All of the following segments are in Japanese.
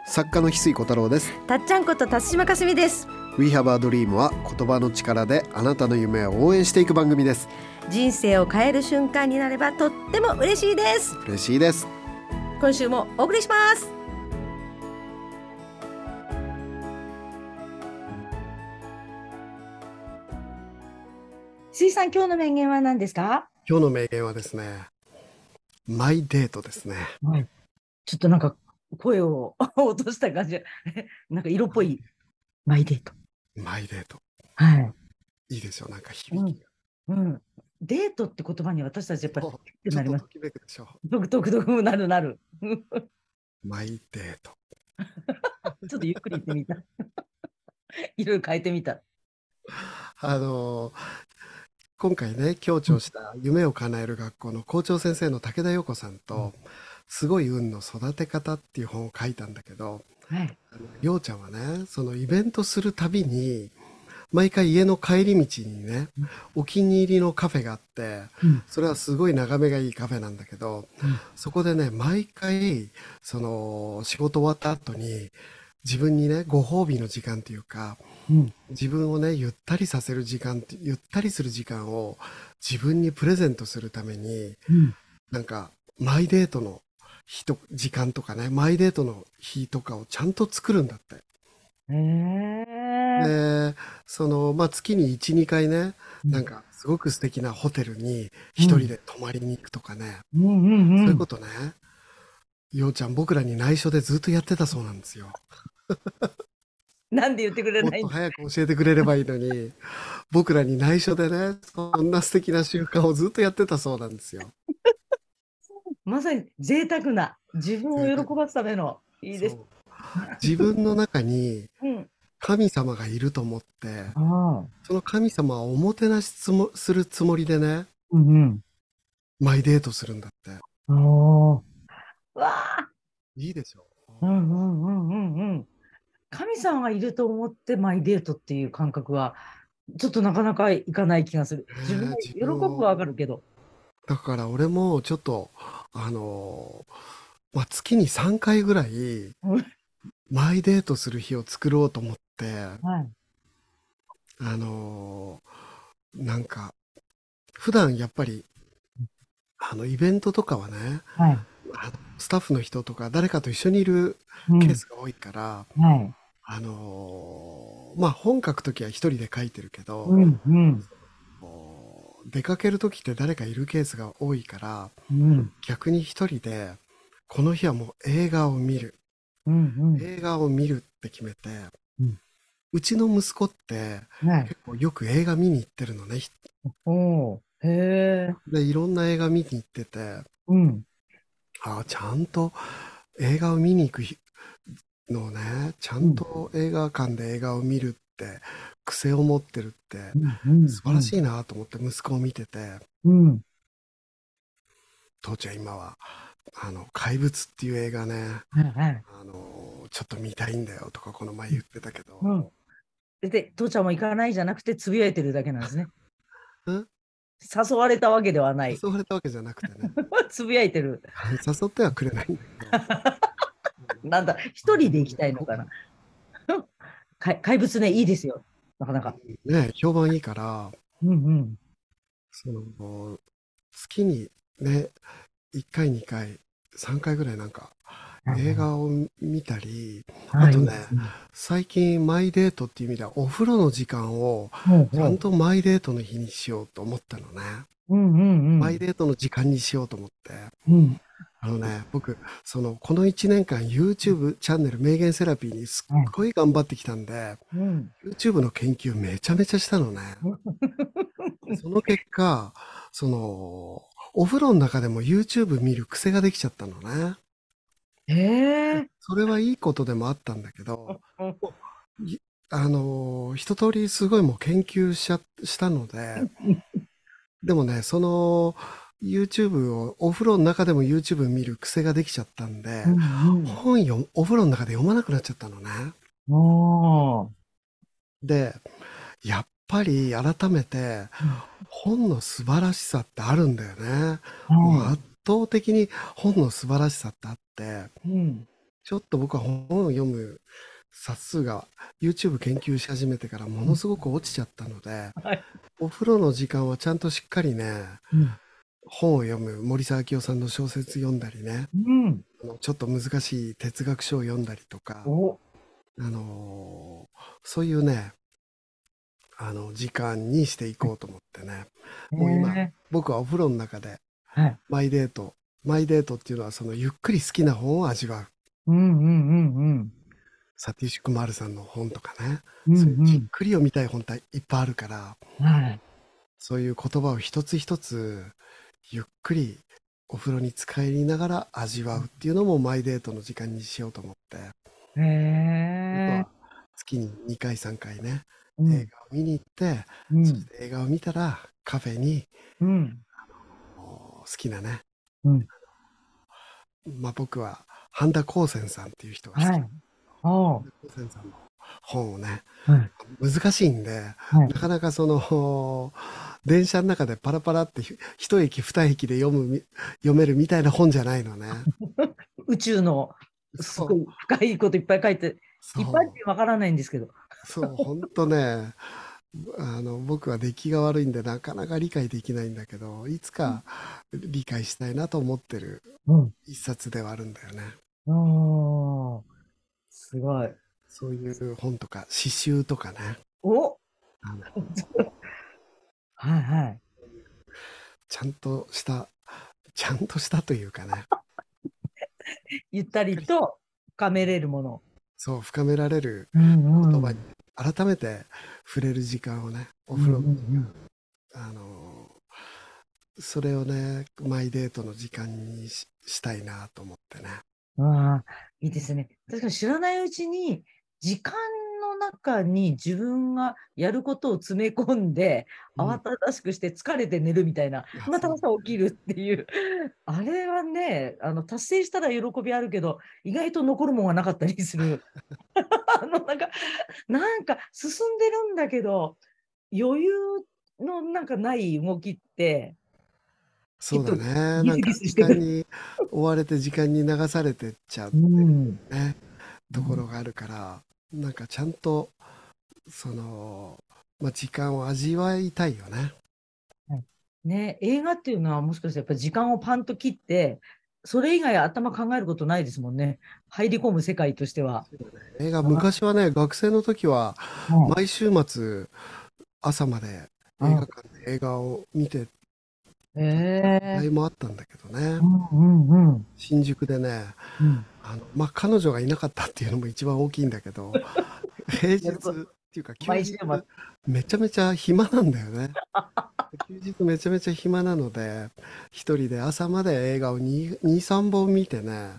作家の翡翠小太郎です。 たっちゃんこと辰島かすみです。 We Have a Dream は言葉の力であなたの夢を応援していく番組です。 人生を変える瞬間になればとっても嬉しいです。 嬉しいです。 今週もお送りします。水さん、今日の名言は何ですか？ 今日の名言はですね、マイデートですね。 はい、ちょっとなんか声を落とした感じなんか色っぽい。マイデート。 マイデート。 はい。 いいですよ、なんか響きが。 うん。デートって言葉に私たちやっぱりってちょっとなります。 ときめくでしょ。 独特なる。 マイデート。 ちょっとゆっくり言ってみた。いろいろ変えてみた。 あの今回ね、強調した夢を叶える学校の校長先生の武田陽子さんと、すごい運の育て方っていう本を書いたんだけど、 はい。 陽ちゃんはね、そのイベントするたびに、毎回家の帰り道にね、お気に入りのカフェがあって、それはすごい眺めがいいカフェなんだけど、そこでね、毎回、その仕事終わった後に、自分にね、ご褒美の時間っていうか、自分をね、ゆったりさせる時間、ゆったりする時間を自分にプレゼントするために、なんか、マイデートの時間とかね、マイデートの日とかをちゃんと作るんだって。 へえ。 で、月に1、2回ね、なんか、すごく素敵なホテルに一人で泊まりに行くとかね、そういうことね、ようちゃん僕らに内緒でずっとやってたそうなんですよ。 なんで言ってくれもっないんだ。 と早く教えてくれればいいのに、僕らに内緒でね、そんな素敵な習慣をずっとやってたそうなんですよ。 まさに贅沢な自分を贅沢。 喜ばすためのいいです。 そう。自分の中にうん。 神様がいると思って、 ああ。 その神様をおもてなしするつもりでね、 うんマイデートするんだって。 うん。おー。わあ。 いいでしょ。 うん。神さんがいると思ってマイデートっていう感覚は、ちょっとなかなかいかない気がする。自分が自喜ぶ分を、 はわかるけど。 だから俺もちょっと、月に3回ぐらいうん。 マイデートする日を作ろうと思って、 はい。 あのなんか、普段やっぱり、イベントとかはね、 はい。 スタッフの人とか誰かと一緒にいるうん。 ケースが多いから、 はい。 本書くときは一人で書いてるけど、 うんうん。 出かけるときって誰かいるケースが多いから、 うん。 逆に一人で、この日はもう映画を見る。 うん映画を見るって決めて、 うん。 うちの息子ってはい。 結構よく映画見に行ってるのね。 おー。へえ。 で、いろんな映画見に行ってて、 うん。 ちゃんと映画を見に行くのをね、ちゃんうん。 と映画館で映画を見るって癖を持ってるってうん素晴らしいなと思って息子を見てて、 うん。 父ちゃん今は怪物っていう映画ね、 はい。 ちょっと見たいんだよとかこの前言ってたけど、 うん。で、父ちゃんも行かないじゃなくて、つぶやいてるだけなんですね。 ん誘われたわけではない。 誘われたわけじゃなくてね、 つぶやいてる。 誘ってはくれないんだけど、 なんだ、一人で行きたいのかな。怪物ね、いいですよ。なかなか。 ね、評判いいから、 うんその、月にね、1回、2回、3回ぐらいなんか、映画を見たり、あとね、最近マイデートっていう意味では、お風呂の時間を、ちゃんとマイデートの日にしようと思ったのね。マイデートの時間にしようと思って。僕、この1年間 YouTube チャンネル名言セラピーにすっごい頑張ってきたんで、YouTube の研究めちゃめちゃしたのね。その結果、お風呂の中でも YouTube 見る癖ができちゃったのね。それはいいことでもあったんだけど、い一通りすごいもう研究したので、でもね、YouTube を、お風呂の中でも YouTube 見る癖ができちゃったんで、お風呂の中で読まなくなっちゃったのね。で、やっぱり改めて、本の素晴らしさってあるんだよね。もう圧倒的に本の素晴らしさってあって、 ちょっと僕は本を読む冊数が YouTube 研究し始めてからもうん。 のすごく落ちちゃったので、 はい。 お風呂の時間はちゃんとしっかりね、 うん。 本を読む、森沢明夫さんの小説読んだりね、 うん。 ちょっと難しい哲学書を読んだりとか、 お、 そういうね、時間にしていこうと思ってね。もう今、 ええ、 僕はお風呂の中ではい。 マイデート。マイデートっていうのはそのゆっくり好きな本を味わう。 うんうんうんサティシュクマールさんの本とかね。 うん。うそういうじっんくり読みたい本っていっぱいあるから、 うん。はい。 そういう言葉を一つ一つゆっくりお風呂に浸かりながら味わうっていうのもマイデートの時間にしようと思って、 へえ。 僕は月に2回3回ね、 うん。 映画を見に行って、 うん。 そして映画を見たらカフェにうん。 好きなね、 うん。 僕は半田光泉さんっていう人が好き。 はい。おー。 半田光泉さんの本をね、 はい。 難しいんで、 はい。 なかなか電車の中でパラパラって一駅二駅で読めるみたいな本じゃないのね。 宇宙のすそう、 ごい深いこといっぱい書いて、いっぱいってそう、 わからないんですけど。 そう、ほんとね、僕は出来が悪いんでなかなか理解できないんだけど、いつか理解したいなと思ってるうん。 一冊ではあるんだよね。 おー、すごい。 そういう本とか、詩集とかね。 お、 あの、 はいはい。 ちゃんとした、ちゃんとしたというかね、 ゆったしっかりりと深めれるもの。 そう、深められるうんうん。 言葉に改めて触れる時間をね、おうんう風呂の時間、 んあの、それをね、マイデートの時間にしたいなと思ってね。 うん。ああ、いいですね。確かに知らないうちに、時間の中に自分がやることを詰め込んで、 うん。い慌ただしくして疲れて寝るみたいな、 や、 また朝起きるっていう、あれはね、達成したら喜びあるけど、意外と残るものがなかったりする。なんか進んでるんだけど、余裕のなんかない動きって、きそうだっとね。 ギスギなんか時スしてる。 間に追われて時間に流されてっちゃっうてるん。 ね、ところがあるから、なんかちゃんと、その、時間を味わいたいよね。 はい。ね、映画っていうのはもしかしてやっぱり時間をパンと切って、それ以外頭考えることないですもんね。入り込む世界としては。 映画、 あ、 昔はね、学生の時は、 はい。 毎週末、朝まで映画あ、 館で映画を見てた時ええ、 代もあったんだけどね。 うんうんうん。 新宿でね、 うん。 彼女がいなかったっていうのも一番大きいんだけど、平日っやること、 ていうか休日、 毎週末。 めちゃめちゃ暇なんだよね。休日めちゃめちゃ暇なので、一人で朝まで映画を2、3本見てね、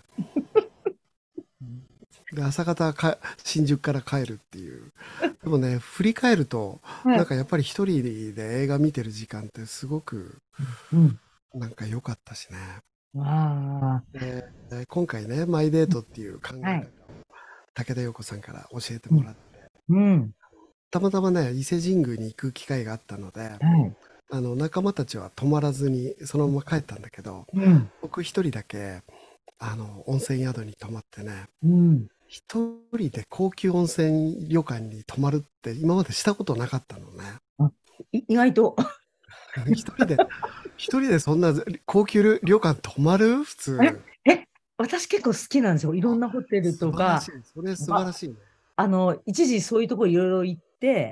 で、朝方新宿から帰るっていう。でもね、振り返ると、 はい。 なんかやっぱり一人で映画見てる時間ってすごくうん。 なんか良かったしね。 あで、今回ね、マイデートっていう考あ、はえ方をい。 武田陽子さんから教えてうん。 もらって、 うん。 たまたまね、伊勢神宮に行く機会があったので、 はい。 仲間たちは泊まらずにそのまま帰ったんだけど、 うん。 僕一人だけ、温泉宿に泊まってね、 うん。 一人で高級温泉旅館に泊まるって今までしたことなかったのね。 あ、意外と。 一人で、一人でそんな高級旅館泊まる普通。 私結構好きなんですよ。いろんあ、 なホテルとか、 素晴らしい。それ素晴らば、 しいね。 一時そういうとこいろいろ行って、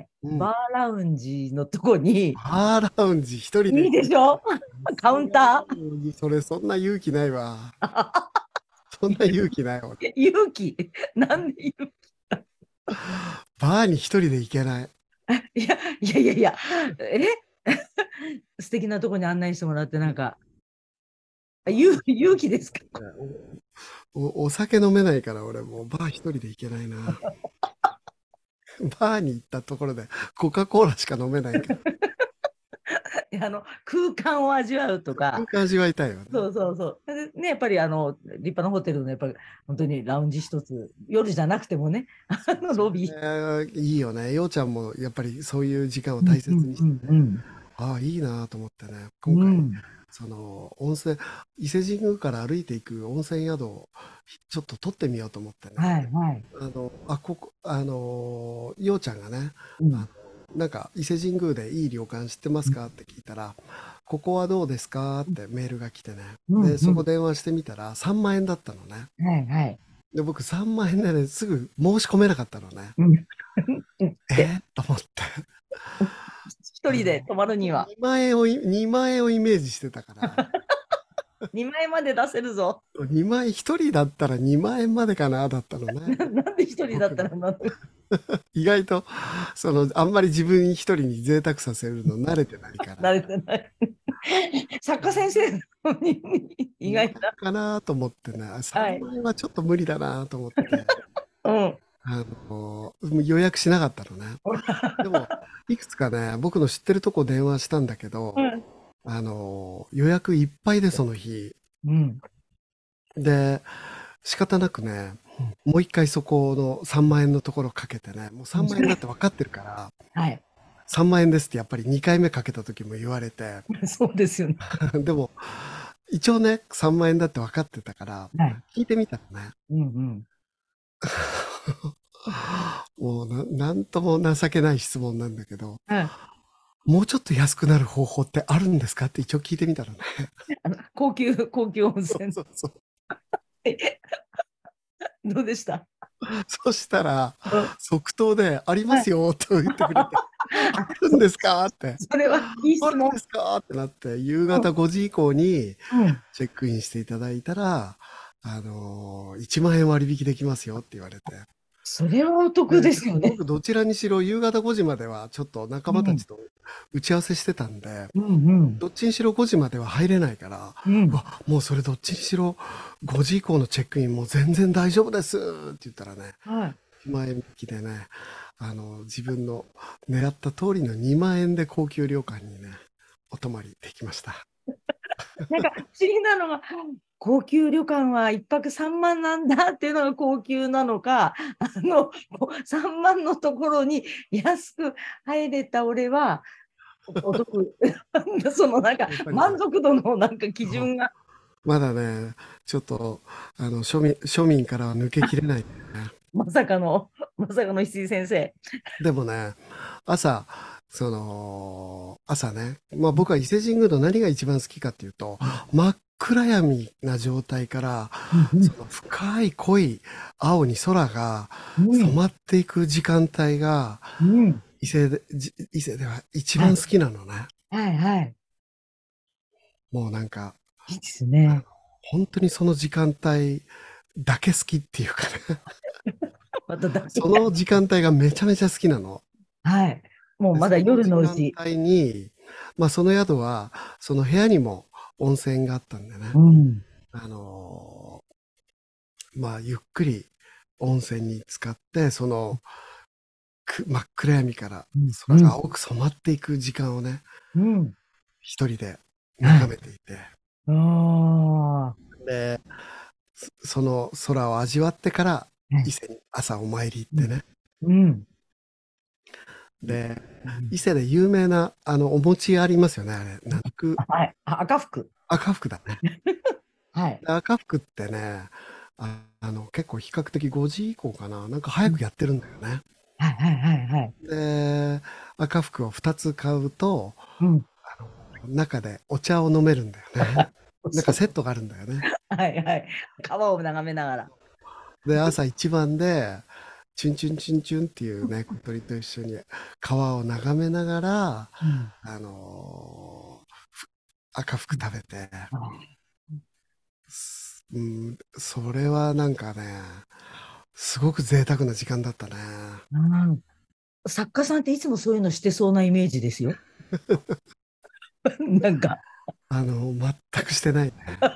うん。 バーラウンジのとこに、 バーラウンジ一人でいい行く。 でしょ？カウさすがンター。 に、そんな勇気ないわ。そんな勇気ないわ。 勇気。なんで勇バーに一人で行けない。 気。いや、いやいやいや、素敵なとこに案内してもらって、なんか、勇気ですか？ お酒飲めないから俺もうバー一人で行けないな。バーに行ったところでコカ・コーラしか飲めないから。 空間を味わうとか、 空間味わいたいよね。 そうそうそう。でね、やっぱり立派なホテルのやっぱり本当にラウンジ一つ、夜じゃなくてもね、 そロビー。 れいいよね。ようちゃんもやっぱりそういう時間をうん大うんう切にしてね。 んうん。 ああ、いいなと思ってね。今回、 うん。 その温泉、伊勢神宮から歩いていく温泉宿ちょっと撮ってみようと思ってね。 はい、はい。 ようちゃんがね、 うん、 あの、なんか伊勢神宮でいい旅館知ってますかって聞いたら、ここはどうですかってメールが来てね。 うん、 で、そこうん。 電話してみたら3万円だったのね。 はい、はい。 で、僕3万円でね、すぐ申し込めなかったのね。 うん。で、 と思って。 一人で泊まるには 2万円をイメージしてたから、 2万円まで出せるぞ。 2万円、1人だったら2万円までかな、だったのね。 なんで一人だっ僕の。 たらなる。 意外と、あんまり自分一人に贅沢させるの慣れてないから、 慣れてない。作家先生なのに意 2万外な。 円かなと思ってね、3 はい。 万円はちょっと無理だなと思って、 うん。 予約しなかったのね。でも、いくつかね、僕の知ってるとこ電話したんだけど、 うん。 予約いっぱいでその日。 うん。 で、仕方なくね、もう一回そこの3万円のところかけてね、もう3万円だって分かってるから、 はい。 3万円ですってやっぱり2回目かけた時も言われて、 そうですよね。 でも、一応ね、3万円だって分かってたから、 はい。 聞いてみたらね、 うんうん。 もうなんとも情けない質問なんだけど、 はい。 もうちょっと安くなる方法ってあるんですかって一応聞いてみたらね。 高級温そう泉。 そうそう。 どうでした？ そしたら、 うん。 即答で、ありまはい。 すよと言ってくれて、 あ、 あるんですかって、 それはいいあるんで質問。 すかってなって、夕うん。 方5時以降にうん。 チェックインしていただいたら、1万円割引できますよって言われて。 それはお得で、 ですよね。 僕どちらにしろ夕方5時まではちょっと仲うん。 間たちと打ち合わせしてたんで、 うんうん。 どっちにしろ5時までは入れないから、 うん。 うわ、もうそれどっちにしろ5時以降のチェックインもう全然大丈夫ですって言ったらね、 はい。 1万円引きでね、自分の狙った通りの2万円で高級旅館にね、お泊まりできました。 なんか不思議なのが、高級旅館は一泊3万なんだっていうのが高級なのか、3万のところに安く入れた俺はお得。そのなんかやっぱりね、 満足度のなんか基そう準がまだね、ちょっと、庶民からは抜けきれないんだよね。 まさかの、まさかの石井先生。 でもね、朝、朝ね、まあ僕は伊勢神宮の何が一番好きかっていうと、真っ暗闇な状態から、 うんうんその深い濃い青に空がうん染まっていく時間帯が、 うん伊勢では一はい番好きなのね。 はいはい。 もうなんか、 いいですね。 本当にその時間帯だけ好きっていうかね、 まただけその時間帯がめちゃめちゃ好きなの。 はい。もうで、 まだ夜その時のうち。 間帯に、まあその宿は、その部屋にも温泉があったんでね、 うん。 あのまあゆっくり温泉に浸かって、真っ暗闇からうん空がうん青く染まっていく時間をね、 うん。 一人ではい。 眺めていて、 ああ。 で、その空を味わってからはい。 伊勢に朝お参り行っうんてね。 うん。 で、 うん伊勢で有名なお餅ありますよね、あれ。 はい。赤福。 赤福だね。 はい。 で赤福ってね、結構比較的5時以降かな、なんか早うんくやってるんだよね。 はいはいはいはい。 で、赤福を2つ買うと、 うん。 中でお茶を飲めるんだよね。なんかそう。 セットがあるんだよね。 はいはい。川を眺めながら。 で、朝一番で、チュンチュンチュンチュンっていうね、小鳥と一緒に川を眺めながら、 うん。 あのーふ赤福食べて、 あうん、それはなんかね、すごく贅沢な時間だったね。 うん作家さんっていつもそういうのしてそうなイメージですよ。なんか、 全くしてないね。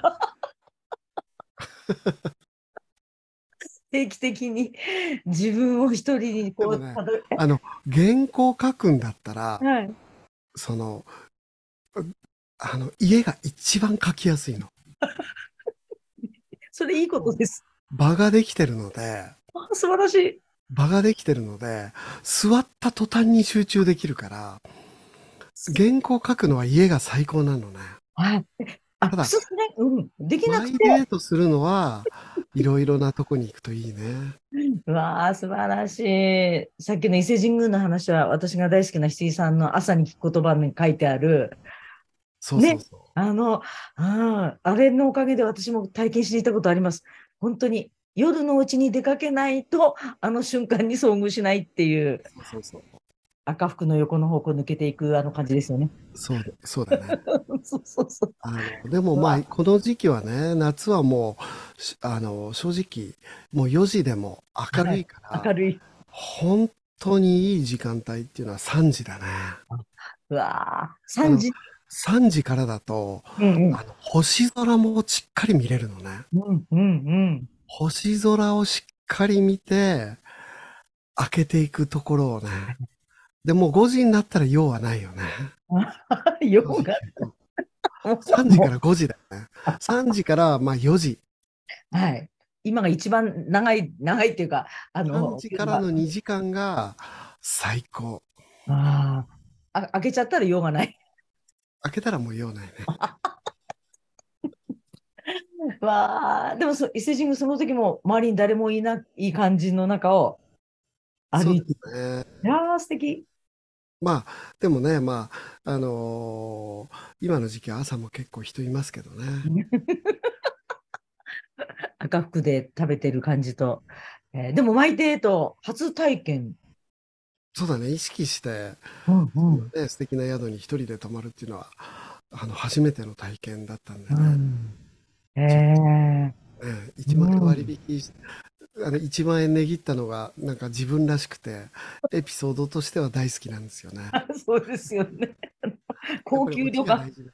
定期的に自分を一人にこう、 でもね、原稿書くんだったら、 はい。 その、家が一番書きやすいの。 それいいことです。 場ができてるので、 あ素晴らしい。 場ができてるので、座った途端に集中できるから、原稿書くのは家が最高なのね。 はい。 あ、 ただ、 そうですね。うん。できなマイくて、 デートするのは、いろいろなとこに行くといいね。 うわあ、素晴らしい。さっきの伊勢神宮の話は、私が大好きな七井さんの朝に聞く言葉に書いてある、 そうそうね。 そあれのおかげで私も体験していたことあります。本当に、夜のうちに出かけないと、あの瞬間に遭遇しないっていう、 う。そうそうそう。 赤服の横の方向抜けていくあの感じですよね。 そうだね。 そうそうそう。 でもまあ、 うわ、 この時期はね、夏はもう、正直、もう4時でも明るいはい。 から、 明るい。 本当にいい時間帯っていうのは3時だね。 うわー、3 あの、 時。 3時からだと、 うんうん。 星空もしっかり見れるのね。 うんうんうん。 星空をしっかり見て、開けていくところをね。でもう5時になったら用はないよね。 用正直が、 言うと。 も 3 う、も時から5時だよね。3時からまあ4時。 う、はい。今が一番長いっていうか、 3時昼間。 からの2時間が最高。 開けちゃったら用がない。 開けたらもう用ないね。 わあ、でも伊勢神宮その時も周りに誰もい感じの中をそうで歩いて。いすね。 やー、素敵。 まあ、でもね、まあ、今の時期は朝も結構人いますけどね。 赤服で食べてる感じと。でも、マイデート、初体験。 そうだね、意識して、 うんうん。 そんなね、素敵な宿に一人で泊まるっていうのは、初めての体験だったんでうね。 ん。 ちょっと、 え 1万円うん。 割引し、1万円値切ったのが、なんか自分らしくて、エピソードとしては大好きなんですよね。 そうですよね。高やっぱりオ級旅館。 チが大事だ。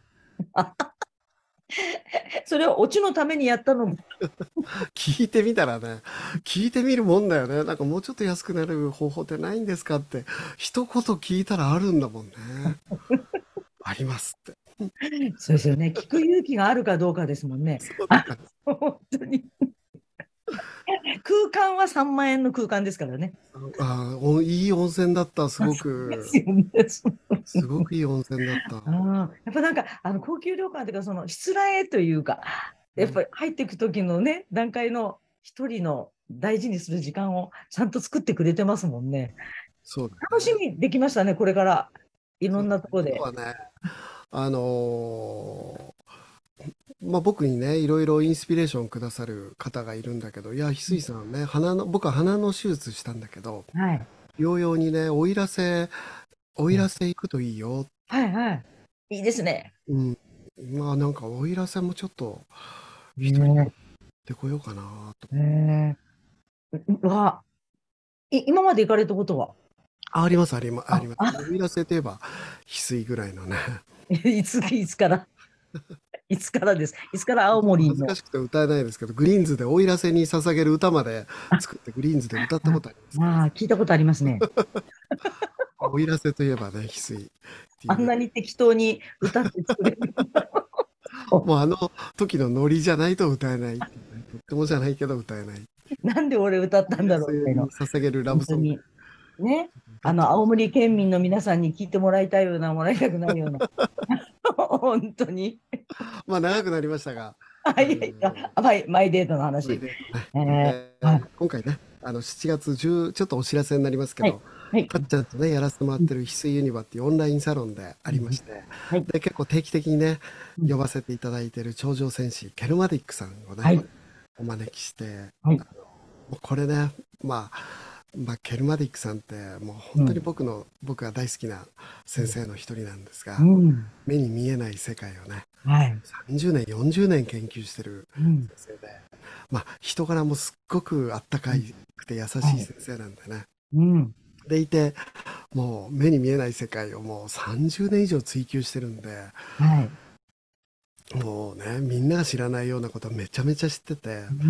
それをオチのためにやったのも。 聞いてみたらね、聞いてみるもんだよね。なんかもうちょっと安くなる方法ってないんですかって、一言聞いたらあるんだもんね。ありますって。 そうですよね。聞く勇気があるかどうかですもんね。 そうあ、 だから。 本当に。空間は3万円の空間ですからね。 いい温泉だった。すごそうですく。 よね。 すごくいい温泉だった。 やっぱなんか、高級旅館というか、その、しつらえというか、やっぱり入っていく時のね、段階の一人の大事にする時間をちゃんと作ってくれてますもんね。 そうだ楽しね。 みできましたね、これから。いろんそうだね。 なところで。 今度はね、あのまあ、僕にね、いろいろインスピレーションくださる方がいるんだけど、いや、翡翠さんね、僕は鼻の手術したんだけど、 はい。 療養にね、奥入瀬行くといいよ。 はいはい。いいですね。 うん。まあなんか奥入瀬もちょっと一人で行っねてこようかなと。 え。うわ、今まで行かれたことは？ あります、あります。 あ、 奥入瀬といえば翡翠ぐらいのね。 いつから、いつからです。いつから青ちょっと森の。 恥ずかしくて歌えないですけど、グリーンズで奥入瀬に捧げる歌まで作ってグリーンズで歌ったことありますから。 聞いたことありますね。 奥入瀬といえばね、翡翠っていう。 あんなに適当に歌って作れる。 もうあの時のノリじゃないと歌えないっていうね。とってもじゃないけど歌えない。 なんで俺歌ったんだ奥入ろうみたいな。 瀬に捧げるラブソング本当に。ね。 歌っちゃいました。 青森県民の皆さんに聞いてもらいたいような、もらいたくないような。本当に。 まあ長くなりましたが、 いやいや、マイデートの話。 マイデートね。 はい。 今回ね、7月10、ちょっとお知らせになりますけはい。 ど、 はい。 かっちゃんとね、やらせてもらっうんてる翡翠ユニバっていうオンラインサロンであうんりまして、 はい。 で、結構定期的にね、 うん呼ばせていただいてる頂上戦士、ケルマディックさんをね、 はい。 お招きして、 はい。 もうこれね、ケルマディックさんってもう本当にうん。 僕が大好きな先生の一人なんですが、 うん。 目に見えない世界をね、 はい。 30年、40年研究してるうん。 先生で、人柄もすっごくあったかうんくて優しいはい。 先生なんでね。 うん。 でいて、もう目に見えない世界をもう30年以上追求してるんで、 はい。 もうね、みんなが知らないようなことめちゃめちゃ知ってて、 うん。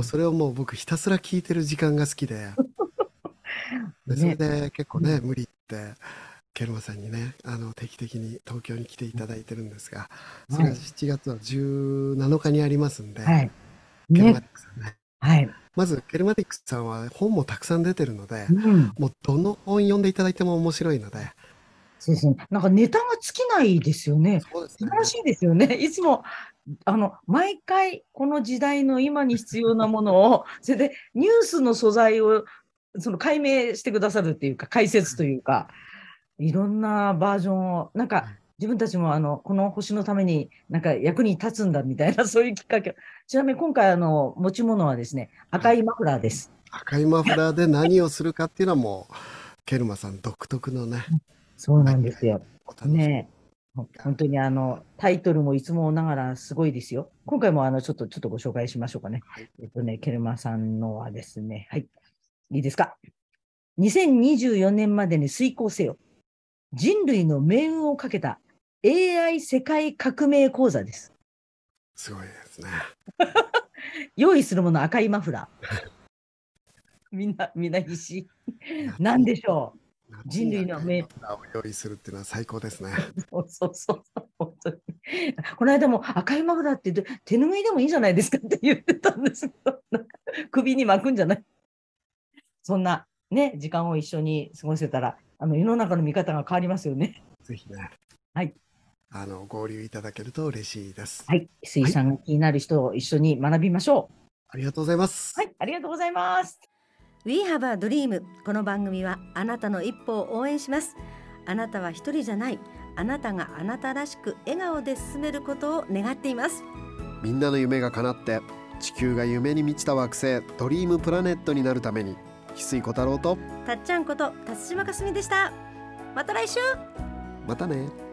もうそれをもう僕ひたすら聞いてる時間が好きで、それね。 で結構ね、 うん。 無理言って、ケルマさんにね、定期的に東京に来ていただいてるんですが、それがはい。 7月の17日にありますんで、 はい。 ケルマね。 ティックさんね。 はい。 まず、ケルマティックさんは本もたくさん出てるので、 うん。 もうどの本読んでいただいても面白いので、 そうそう。なんかネタが尽きないですよね。 そうですね。 素晴らしいですよね。いつも、毎回この時代の今に必要なものを、それでニュースの素材を解明してくださるっていうか、解説というか、いろんなバージョンを、なんか自分たちもこの星のためになんか役に立つんだみたいな、そういうきっかけ。ちなみに今回持ち物はですね、 はい。 赤いマフラーです。 赤いマフラーで何をするかっていうのはもう、ケルマさん独特のね、 そうな毎回んですよ。 お楽しねえ。 みが。 本当にタイトルもいつもながらすごいですよ。今回もちょっとご紹介しましょうかね。 はい。 ケルマさんのはですね、はい。いいですか。2024年までに遂行せよ。人類の命運をかけた AI 世界革命講座です。 すごいですね。 用意するもの赤いマフラー。みんな必死。 夏に、 何でしょう。人夏に類の命、 赤いマフラーを用意するっていうのは最高ですね。 そうそうそうそう、本当に。この間も赤いマフラーって言って、手拭いでもいいんじゃないですかって言ってたんですけど、なんか首に巻くんじゃない。そんなね、時間を一緒に過ごせたら、世の中の見方が変わりますよね。 ぜひね、 はい。 合流いただけると嬉しいです。 はい。水はい。 産が気になる人を一緒に学びましょう。 ありがとうございます。 はい。ありがとうございます。 We have a dream。 この番組はあなたの一歩を応援します。あなたは一人じゃない。あなたがあなたらしく笑顔で進めることを願っています。 みんなの夢が叶って地球が夢に満ちた惑星ドリームプラネットになるために、翡翠小太郎とたっちゃんこと辰島かすみでした。また来週。 またね。